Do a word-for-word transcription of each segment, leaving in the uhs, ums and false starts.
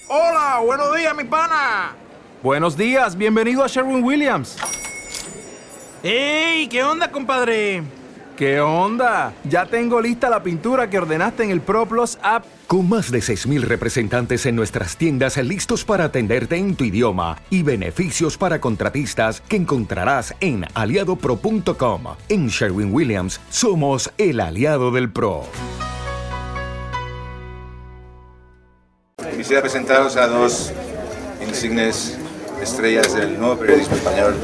Hola, buenos días, mi pana. Buenos días, bienvenido a Sherwin-Williams. ¡Ey! ¿Qué onda, compadre? ¿Qué onda? Ya tengo lista la pintura que ordenaste en el ProPlus app. Con más de seis mil representantes en nuestras tiendas listos para atenderte en tu idioma y beneficios para contratistas que encontrarás en aliado pro punto com. En Sherwin-Williams somos el aliado del pro. Quisiera presentaros a dos insignes estrellas del nuevo periodismo español.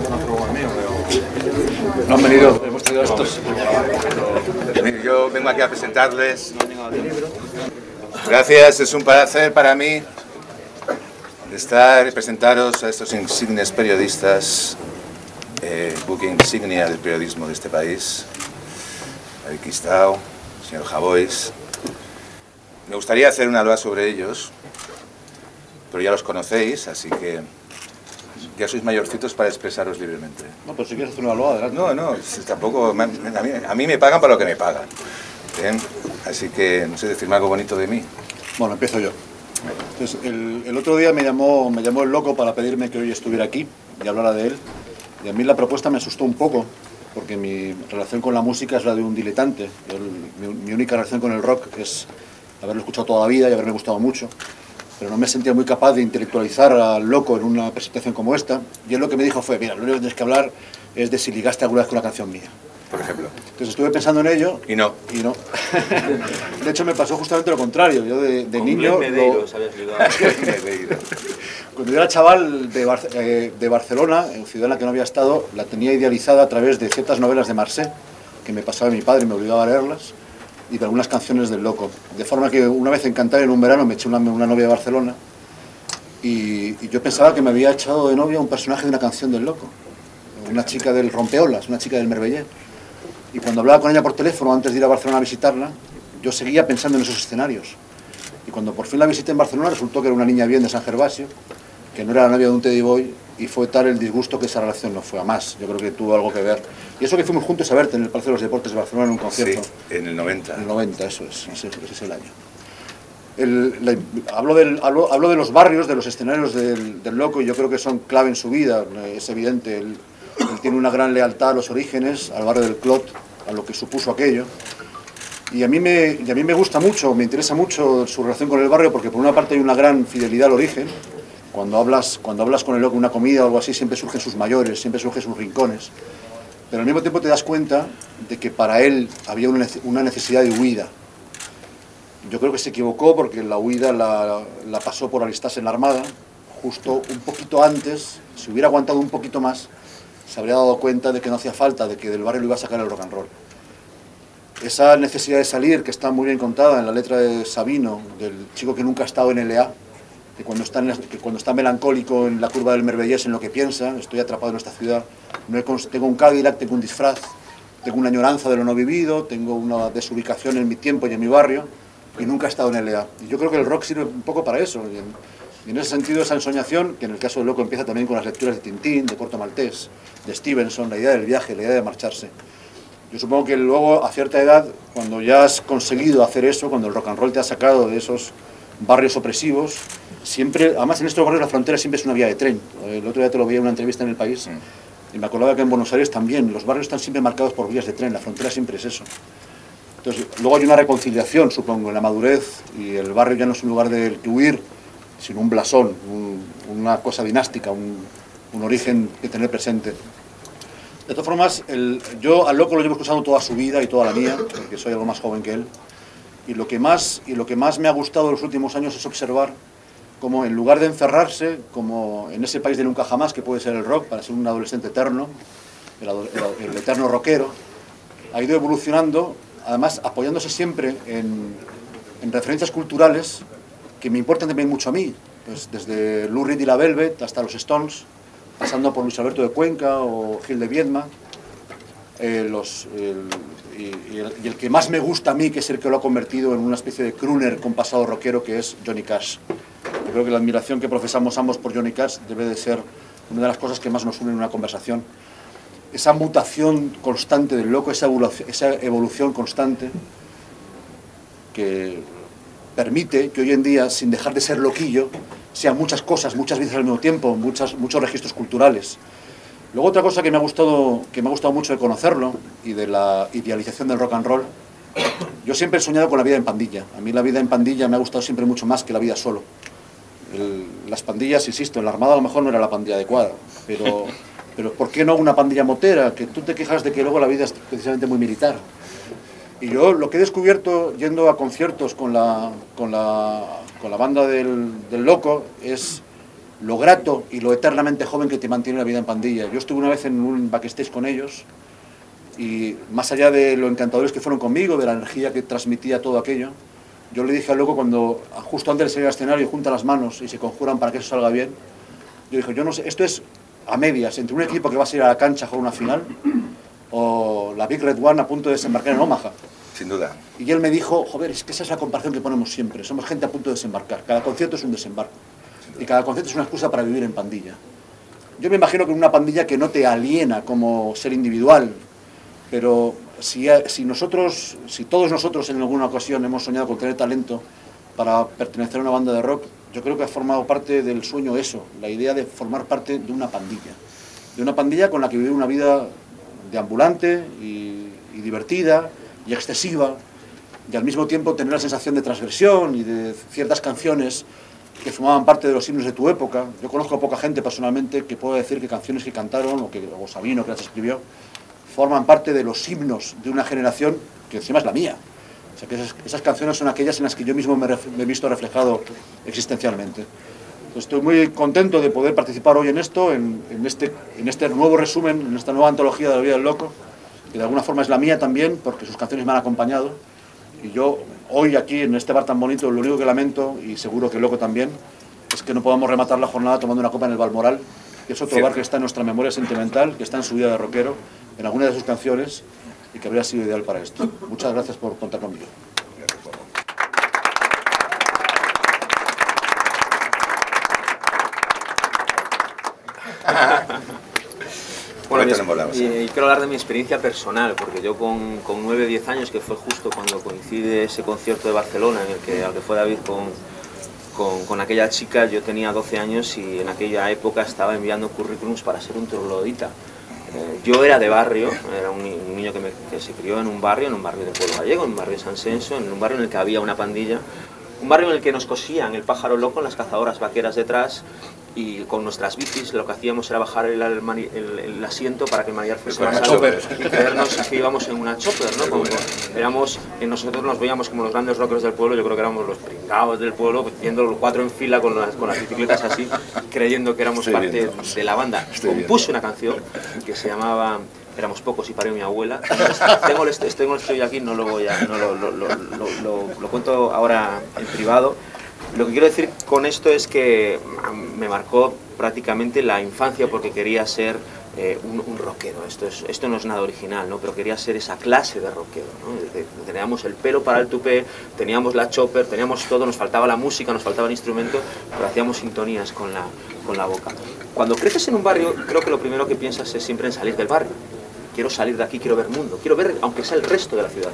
No han venido, hemos traído estos. Yo vengo aquí a presentarles. Gracias, es un placer para mí estar y presentaros a estos insignes periodistas, eh, buque insignia del periodismo de este país. David Quistao, señor Javois. Me gustaría hacer una loa sobre ellos, pero ya los conocéis, así que ya sois mayorcitos para expresaros libremente. No, pero si quieres hacer una loa, adelante. No, no, tampoco, a mí, a mí me pagan para lo que me pagan. ¿Bien? Así que, no sé, decirme algo bonito de mí. Bueno, empiezo yo. Entonces, el, el otro día me llamó, me llamó el loco para pedirme que hoy estuviera aquí y hablara de él. Y a mí la propuesta me asustó un poco, porque mi relación con la música es la de un diletante. Yo, mi, mi única relación con el rock es haberlo escuchado toda la vida y haberme gustado mucho. Pero no me sentía muy capaz de intelectualizar al loco en una presentación como esta. Y él lo que me dijo fue, mira, lo único que tienes que hablar es de si ligaste alguna vez con una canción mía. Por ejemplo. Entonces estuve pensando en ello. Y no. Y no. De hecho me pasó justamente lo contrario. Yo de, de niño... Medeiros, lo... habías ligado. Cuando yo era chaval de, Bar eh, de Barcelona, en ciudad en la que no había estado, la tenía idealizada a través de ciertas novelas de Marcé, que me pasaba mi padre y me obligaba a leerlas, y de algunas canciones del loco. De forma que una vez en Cantabria, en un verano, me eché una, una novia de Barcelona, y, y yo pensaba que me había echado de novia un personaje de una canción del loco. Una chica del Rompeolas, una chica del Merveller. Y cuando hablaba con ella por teléfono antes de ir a Barcelona a visitarla, yo seguía pensando en esos escenarios. Y cuando por fin la visité en Barcelona, resultó que era una niña bien de San Gervasio, que no era la novia de un Teddy Boy, y fue tal el disgusto que esa relación no fue a más. Yo creo que tuvo algo que ver. Y eso que fuimos juntos a verte en el Palacio de los Deportes de Barcelona en un concierto. Sí, en el noventa. En el noventa, eso es, ese, ese es el año. El, la, hablo, del, hablo, hablo de los barrios, de los escenarios del, del loco, y yo creo que son clave en su vida, es evidente. El, Él tiene una gran lealtad a los orígenes, al barrio del Clot, a lo que supuso aquello. Y a mí me, y a mí me gusta mucho, me interesa mucho su relación con el barrio, porque por una parte hay una gran fidelidad al origen. Cuando hablas, cuando hablas con el loco en una comida o algo así, siempre surgen sus mayores, siempre surgen sus rincones. Pero al mismo tiempo te das cuenta de que para él había una necesidad de huida. Yo creo que se equivocó porque la huida la, la pasó por alistarse en la Armada, justo un poquito antes. Si hubiera aguantado un poquito más, se habría dado cuenta de que no hacía falta, de que del barrio lo iba a sacar el rock and roll. Esa necesidad de salir, que está muy bien contada en la letra de Sabino, del chico que nunca ha estado en L A, que cuando está, en, que cuando está melancólico en la curva del Mervellés en lo que piensa, estoy atrapado en esta ciudad, no he, tengo un Cadillac, tengo un disfraz, tengo una añoranza de lo no vivido, tengo una desubicación en mi tiempo y en mi barrio, y nunca he estado en L A. Y yo creo que el rock sirve un poco para eso. Y en, y en ese sentido, esa ensoñación, que en el caso del loco empieza también con las lecturas de Tintín, de Corto Maltés, de Stevenson, la idea del viaje, la idea de marcharse. Yo supongo que luego, a cierta edad, cuando ya has conseguido hacer eso, cuando el rock and roll te ha sacado de esos barrios opresivos, siempre, además en estos barrios la frontera siempre es una vía de tren. El otro día te lo veía en una entrevista en El País, y me acordaba que en Buenos Aires también, los barrios están siempre marcados por vías de tren, la frontera siempre es eso. Entonces, luego hay una reconciliación, supongo, en la madurez, y el barrio ya no es un lugar del que huir, sino un blasón, un, una cosa dinástica, un, un origen que tener presente. De todas formas, el, yo al loco lo llevo escuchando toda su vida y toda la mía, porque soy algo más joven que él, y lo que más, y lo que más me ha gustado en los últimos años es observar cómo, en lugar de encerrarse, como en ese país de nunca jamás, que puede ser el rock, para ser un adolescente eterno, el, el, el eterno rockero, ha ido evolucionando, además apoyándose siempre en, en referencias culturales que me importan también mucho a mí, pues desde Lou Reed y la Velvet hasta los Stones, pasando por Luis Alberto de Cuenca o Gil de Viedma, eh, los, el, y, y, el, y el que más me gusta a mí, que es el que lo ha convertido en una especie de crooner con pasado rockero, que es Johnny Cash. Yo creo que la admiración que profesamos ambos por Johnny Cash debe de ser una de las cosas que más nos une en una conversación. Esa mutación constante del loco, esa evolución, esa evolución constante que permite que hoy en día, sin dejar de ser loquillo, sean muchas cosas, muchas vidas al mismo tiempo, muchas, muchos registros culturales. Luego otra cosa que me ha gustado, que me ha gustado mucho de conocerlo y de la idealización del rock and roll, yo siempre he soñado con la vida en pandilla. A mí la vida en pandilla me ha gustado siempre mucho más que la vida solo. El, las pandillas, insisto, en la Armada a lo mejor no era la pandilla adecuada, pero, pero ¿por qué no una pandilla motera? Que tú te quejas de que luego la vida es precisamente muy militar. Y yo lo que he descubierto yendo a conciertos con la, con la, con la banda del, del Loco es lo grato y lo eternamente joven que te mantiene la vida en pandilla. Yo estuve una vez en un backstage con ellos y más allá de lo encantadores que fueron conmigo, de la energía que transmitía todo aquello, yo le dije al Loco cuando justo antes de salir al escenario juntan las manos y se conjuran para que eso salga bien, yo dije, yo no sé, esto es a medias, entre un equipo que va a salir a la cancha a jugar una final o la Big Red One a punto de desembarcar en Omaha. Sin duda. Y él me dijo, joder, es que esa es la comparación que ponemos siempre, somos gente a punto de desembarcar, cada concierto es un desembarco. Y cada concierto es una excusa para vivir en pandilla. Yo me imagino que en una pandilla que no te aliena como ser individual, pero si, si nosotros, si todos nosotros en alguna ocasión hemos soñado con tener talento para pertenecer a una banda de rock, yo creo que ha formado parte del sueño eso, la idea de formar parte de una pandilla. De una pandilla con la que vivir una vida deambulante y, y divertida y excesiva, y al mismo tiempo tener la sensación de transgresión y de ciertas canciones que formaban parte de los himnos de tu época. Yo conozco a poca gente personalmente que pueda decir que canciones que cantaron, o, que, o Sabino que las escribió, forman parte de los himnos de una generación que encima es la mía. O sea que esas, esas canciones son aquellas en las que yo mismo me, ref, me he visto reflejado existencialmente. Entonces, estoy muy contento de poder participar hoy en esto, en, en, este, en este nuevo resumen, en esta nueva antología de la vida del Loco, que de alguna forma es la mía también, porque sus canciones me han acompañado. Y yo, hoy aquí, en este bar tan bonito, lo único que lamento, y seguro que el Loco también, es que no podamos rematar la jornada tomando una copa en el Balmoral, que es otro Cierto. bar que está en nuestra memoria sentimental, que está en su vida de rockero, en alguna de sus canciones, y que habría sido ideal para esto. Muchas gracias por contar conmigo. Bueno, mi, y, y quiero hablar de mi experiencia personal, porque yo con, con nueve o diez años, que fue justo cuando coincide ese concierto de Barcelona, en el que, al que fue David con, con, con aquella chica, yo tenía doce años y en aquella época estaba enviando currículums para ser un troglodita. Eh, yo era de barrio, era un, un niño que, me, que se crió en un barrio, en un barrio del pueblo gallego, en un barrio de San Senso, en un barrio en el que había una pandilla, un barrio en el que nos cosían el pájaro loco en las cazadoras vaqueras detrás, y con nuestras bicis lo que hacíamos era bajar el, el, el, el asiento para que el manillar fuese más alto y creernos que íbamos en una chopper, ¿no? Como, éramos, nosotros nos veíamos como los grandes rockers del pueblo, yo creo que éramos los pringados del pueblo, yendo los cuatro en fila con las, con las bicicletas así, creyendo que éramos parte bien, ¿no? de la banda. Compuse una canción que se llamaba Éramos pocos y parió mi abuela. Tengo el, tengo el estudio aquí, no lo voy a, no lo, lo, lo, lo, lo, lo cuento ahora en privado. Lo que quiero decir con esto es que me marcó prácticamente la infancia, porque quería ser eh, un, un rockero. Esto, es, esto no es nada original, ¿no? Pero quería ser esa clase de rockero, ¿no? Teníamos el pelo para el tupé, teníamos la chopper, teníamos todo, nos faltaba la música, nos faltaba el instrumento, pero hacíamos sintonías con la, con la boca. Cuando creces en un barrio, creo que lo primero que piensas es siempre en salir del barrio. Quiero salir de aquí, quiero ver mundo, quiero ver, aunque sea el resto de la ciudad.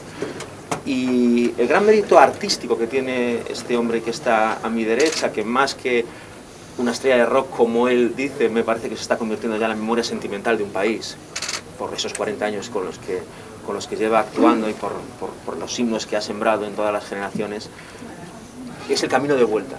Y el gran mérito artístico que tiene este hombre que está a mi derecha, que más que una estrella de rock, como él dice, me parece que se está convirtiendo ya en la memoria sentimental de un país, por esos cuarenta años con los que, con los que lleva actuando y por, por, por los himnos que ha sembrado en todas las generaciones, es el camino de vuelta.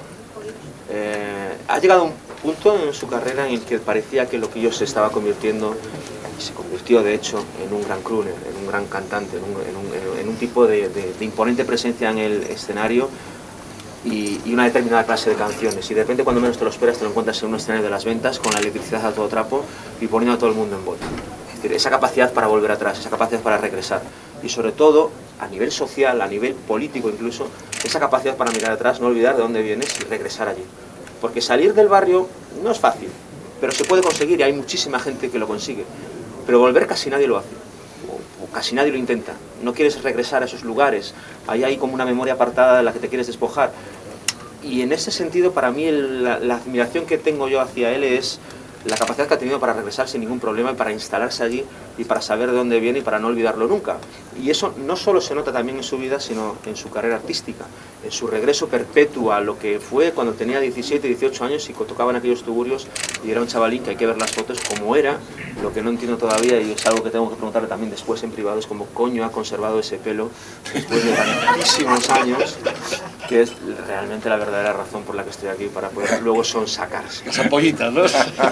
Eh, ha llegado a un punto en su carrera en el que parecía que lo que yo se estaba convirtiendo, y se convirtió de hecho en un gran crooner, en un gran cantante, en un, en un, en un tipo de, de, de imponente presencia en el escenario y, y una determinada clase de canciones. Y de repente, cuando menos te lo esperas, te lo encuentras en un escenario de las ventas con la electricidad a todo trapo y poniendo a todo el mundo en bola. Es decir, esa capacidad para volver atrás, esa capacidad para regresar y sobre todo a nivel social, a nivel político incluso, esa capacidad para mirar atrás, no olvidar de dónde vienes y regresar allí. Porque salir del barrio no es fácil, pero se puede conseguir y hay muchísima gente que lo consigue. Pero volver casi nadie lo hace, o, o casi nadie lo intenta. No quieres regresar a esos lugares, ahí hay como una memoria apartada de la que te quieres despojar. Y en ese sentido, para mí, el, la, la admiración que tengo yo hacia él es la capacidad que ha tenido para regresar sin ningún problema y para instalarse allí y para saber de dónde viene y para no olvidarlo nunca. Y eso no solo se nota también en su vida, sino en su carrera artística, en su regreso perpetuo a lo que fue cuando tenía diecisiete, dieciocho años y tocaban aquellos tuburios y era un chavalín que hay que ver las fotos como era. Lo que no entiendo todavía, y es algo que tengo que preguntarle también después en privado, es cómo coño ha conservado ese pelo después de tantísimos años, que es realmente la verdadera razón por la que estoy aquí, para poder luego sonsacarse. Las ampollitas, ¿no?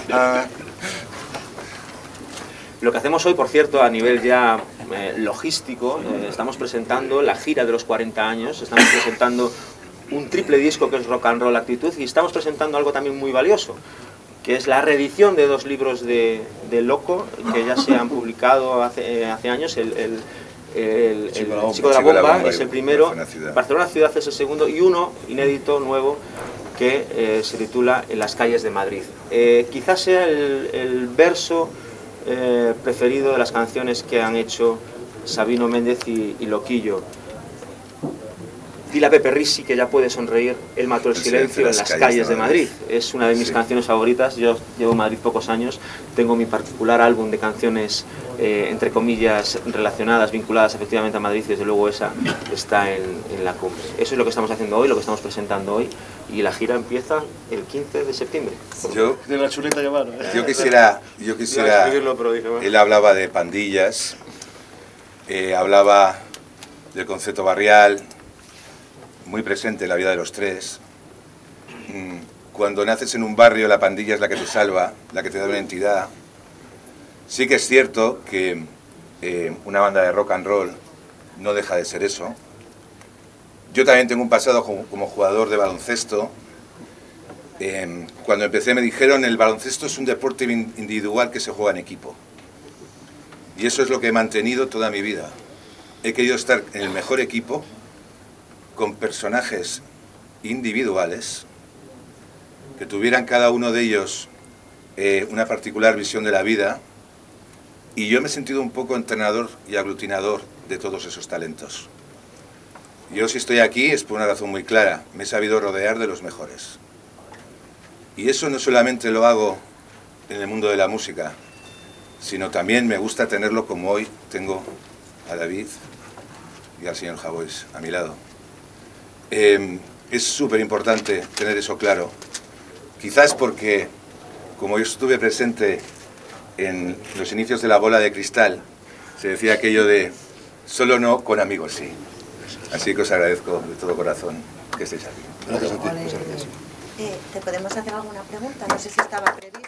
Lo que hacemos hoy, por cierto, a nivel ya eh, logístico, eh, estamos presentando la gira de los cuarenta años, estamos presentando un triple disco que es Rock and Roll Actitud y estamos presentando algo también muy valioso, que es la reedición de dos libros de, de Loco, que ya se han publicado hace, eh, hace años. El, el, el, el Chico de la Bomba, Chico de la Bomba es el primero, Barcelona Ciudad. Barcelona Ciudad es el segundo, y uno inédito, nuevo, que eh, se titula En las calles de Madrid. Eh, quizás sea el, el verso eh, preferido de las canciones que han hecho Sabino Méndez y, y Loquillo. Dile a Pepe Risi que ya puede sonreír, él mató el, el silencio en las calles, calles de Madrid. Es una de mis sí. canciones favoritas. Yo llevo en Madrid pocos años, tengo mi particular álbum de canciones, eh, entre comillas, relacionadas, vinculadas efectivamente a Madrid, y desde luego esa está en, en la cumbre. Eso es lo que estamos haciendo hoy, lo que estamos presentando hoy, y la gira empieza el quince de septiembre. Yo, de la chuleta llevar, ¿eh? yo quisiera, yo quisiera él hablaba de pandillas, eh, hablaba del concepto barrial, muy presente en la vida de los tres. Cuando naces en un barrio, la pandilla es la que te salva, la que te da una entidad. Sí que es cierto que eh, una banda de rock and roll no deja de ser eso. Yo también tengo un pasado como, como jugador de baloncesto. Eh, cuando empecé me dijeron el baloncesto es un deporte individual que se juega en equipo. Y eso es lo que he mantenido toda mi vida. He querido estar en el mejor equipo, con personajes individuales que tuvieran cada uno de ellos eh, una particular visión de la vida, y yo me he sentido un poco entrenador y aglutinador de todos esos talentos. Yo si estoy aquí es por una razón muy clara, me he sabido rodear de los mejores. Y eso no solamente lo hago en el mundo de la música, sino también me gusta tenerlo como hoy tengo a David y al señor Javois a mi lado. Eh, es súper importante tener eso claro, quizás porque como yo estuve presente en los inicios de la Bola de Cristal, se decía aquello de solo no, con amigos sí. Así que os agradezco de todo corazón que estéis aquí. Gracias a ti. Muchas gracias. Eh, ¿Te podemos hacer alguna pregunta? No sé si estaba previsto.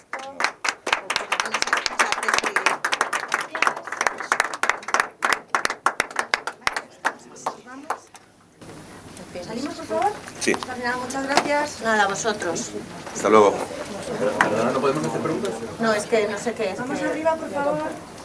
¿Salimos, por favor? Sí. Muchas gracias. Nada, a vosotros. Hasta luego. Perdona, ¿no podemos hacer preguntas? No, es que no sé qué es. Vamos arriba, por favor.